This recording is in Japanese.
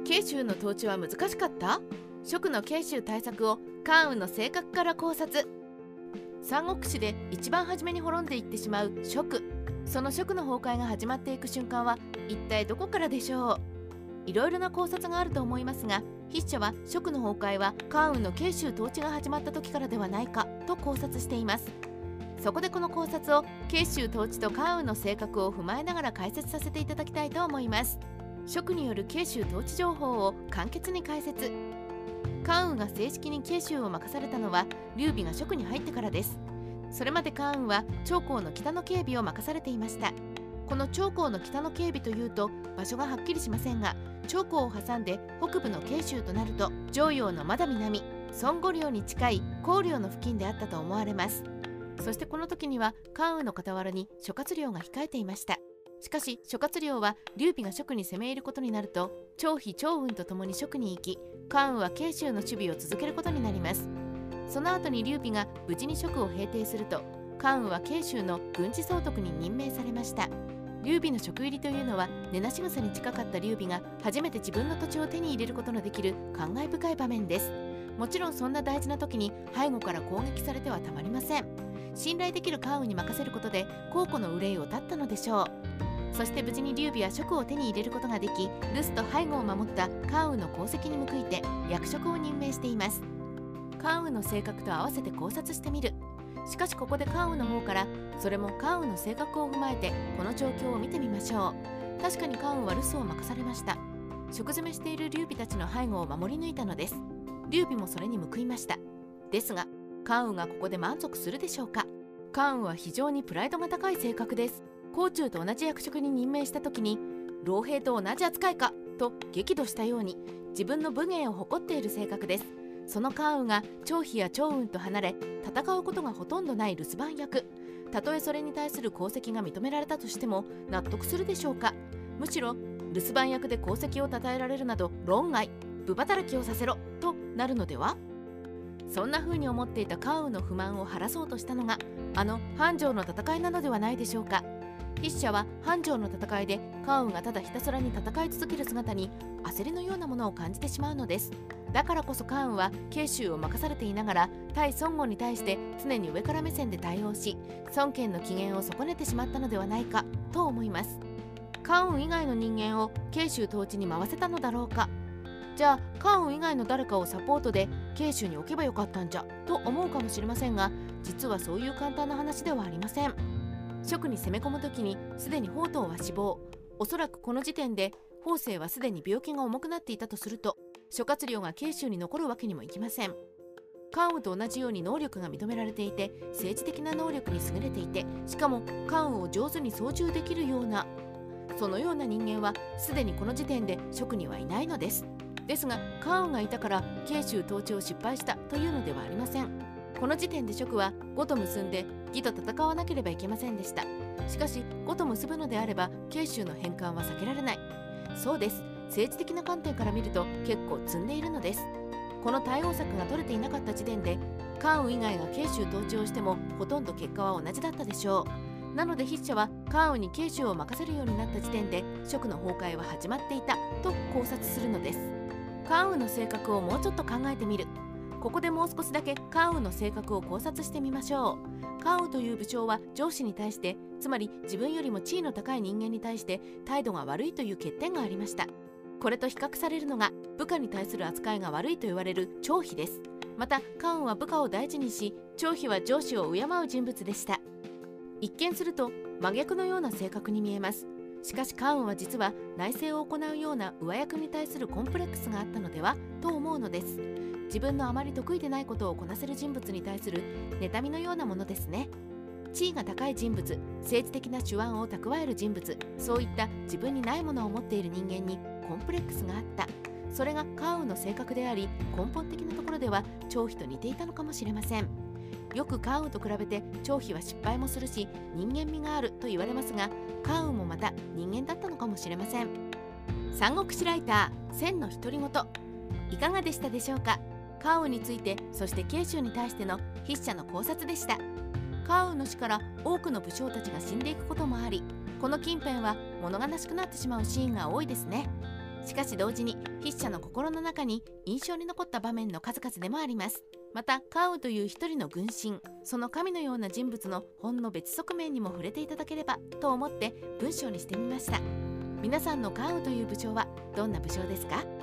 慶州の統治は難しかった？蜀の慶州対策を関羽の性格から考察。三国志で一番初めに滅んでいってしまう蜀。その蜀の崩壊が始まっていく瞬間は一体どこからでしょう？いろいろな考察があると思いますが、筆者は蜀の崩壊は関羽の慶州統治が始まった時からではないかと考察しています。そこでこの考察を慶州統治と関羽の性格を踏まえながら解説させていただきたいと思います。蜀による慶州統治情報を簡潔に解説。関羽が正式に慶州を任されたのは劉備が蜀に入ってからです。それまで関羽は長江の北の警備を任されていました。この長江の北の警備というと場所がはっきりしませんが、長江を挟んで北部の慶州となると襄陽のまだ南、孫悟領に近い広陵の付近であったと思われます。そしてこの時には関羽の傍らに諸葛亮が控えていました。しかし諸葛亮は劉備が蜀に攻め入ることになると、張飛張雲と共に蜀に行き、関羽は慶州の守備を続けることになります。その後に劉備が無事に蜀を平定すると、関羽は慶州の軍事総督に任命されました。劉備の蜀入りというのは根なし草に近かった劉備が初めて自分の土地を手に入れることのできる感慨深い場面です。もちろんそんな大事な時に背後から攻撃されてはたまりません。信頼できる関羽に任せることで後顧の憂いを断ったのでしょう。そして無事に劉備は蜀を手に入れることができ、留守と背後を守った関羽の功績に報いて役職を任命しています。関羽の性格と合わせて考察してみる。しかしここで関羽の方からそれも関羽の性格を踏まえてこの状況を見てみましょう。確かに関羽は留守を任されました。蜀攻めしている劉備たちの背後を守り抜いたのです。劉備もそれに報いました。ですが関羽がここで満足するでしょうか？関羽は非常にプライドが高い性格です。甲冑と同じ役職に任命した時に老兵と同じ扱いかと激怒したように自分の武芸を誇っている性格です。その関羽が張飛や張雲と離れ戦うことがほとんどない留守番役。たとえそれに対する功績が認められたとしても納得するでしょうか？むしろ留守番役で功績を称えられるなど論外、部働きをさせろとなるのでは？そんな風に思っていた関羽の不満を晴らそうとしたのがあの繁昌の戦いなのではないでしょうか。筆者は繁昌の戦いで関羽がただひたすらに戦い続ける姿に焦りのようなものを感じてしまうのです。だからこそ関羽は慶州を任されていながら対孫悟に対して常に上から目線で対応し、孫権の機嫌を損ねてしまったのではないかと思います。関羽以外の人間を慶州統治に回せたのだろうか。じゃあ関羽以外の誰かをサポートで慶州に置けばよかったんじゃと思うかもしれませんが、実はそういう簡単な話ではありません。蜀に攻め込む時にすでに宝刀は死亡、おそらくこの時点で方正はすでに病気が重くなっていたとすると、諸葛亮が慶州に残るわけにもいきません。関羽と同じように能力が認められていて政治的な能力に優れていて、しかも関羽を上手に操縦できるような、そのような人間はすでにこの時点で蜀にはいないのです。ですが関羽がいたから慶州統治を失敗したというのではありません。この時点で蜀は呉と結んで義と戦わなければいけませんでした。しかし呉と結ぶのであれば慶州の返還は避けられない。そうです、政治的な観点から見ると結構積んでいるのです。この対応策が取れていなかった時点で関羽以外が慶州統治をしてもほとんど結果は同じだったでしょう。なので筆者は関羽に慶州を任せるようになった時点で蜀の崩壊は始まっていたと考察するのです。関羽の性格をもうちょっと考えてみる。ここでもう少しだけ関羽の性格を考察してみましょう。関羽という武将は上司に対して、つまり自分よりも地位の高い人間に対して態度が悪いという欠点がありました。これと比較されるのが部下に対する扱いが悪いと言われる張飛です。また関羽は部下を大事にし、張飛は上司を敬う人物でした。一見すると真逆のような性格に見えます。しかし関羽は実は内政を行うような上役に対するコンプレックスがあったのではと思うのです。自分のあまり得意でないことをこなせる人物に対する妬みのようなものですね。地位が高い人物、政治的な手腕を蓄える人物、そういった自分にないものを持っている人間にコンプレックスがあった。それが関羽の性格であり、根本的なところでは張飛と似ていたのかもしれません。よく関羽と比べて張飛は失敗もするし人間味があると言われますが、関羽もまた人間だったのかもしれません。三国志ライター千の独り言、いかがでしたでしょうか。関羽について、そして慶州に対しての筆者の考察でした。関羽の死から多くの武将たちが死んでいくこともあり、この近辺は物悲しくなってしまうシーンが多いですね。 しかし同時に筆者の心の中に印象に残った場面の数々でもあります。また関羽という一人の軍神、その神のような人物のほんの別側面にも触れていただければと思って文章にしてみました。皆さんの関羽という武将はどんな武将ですか？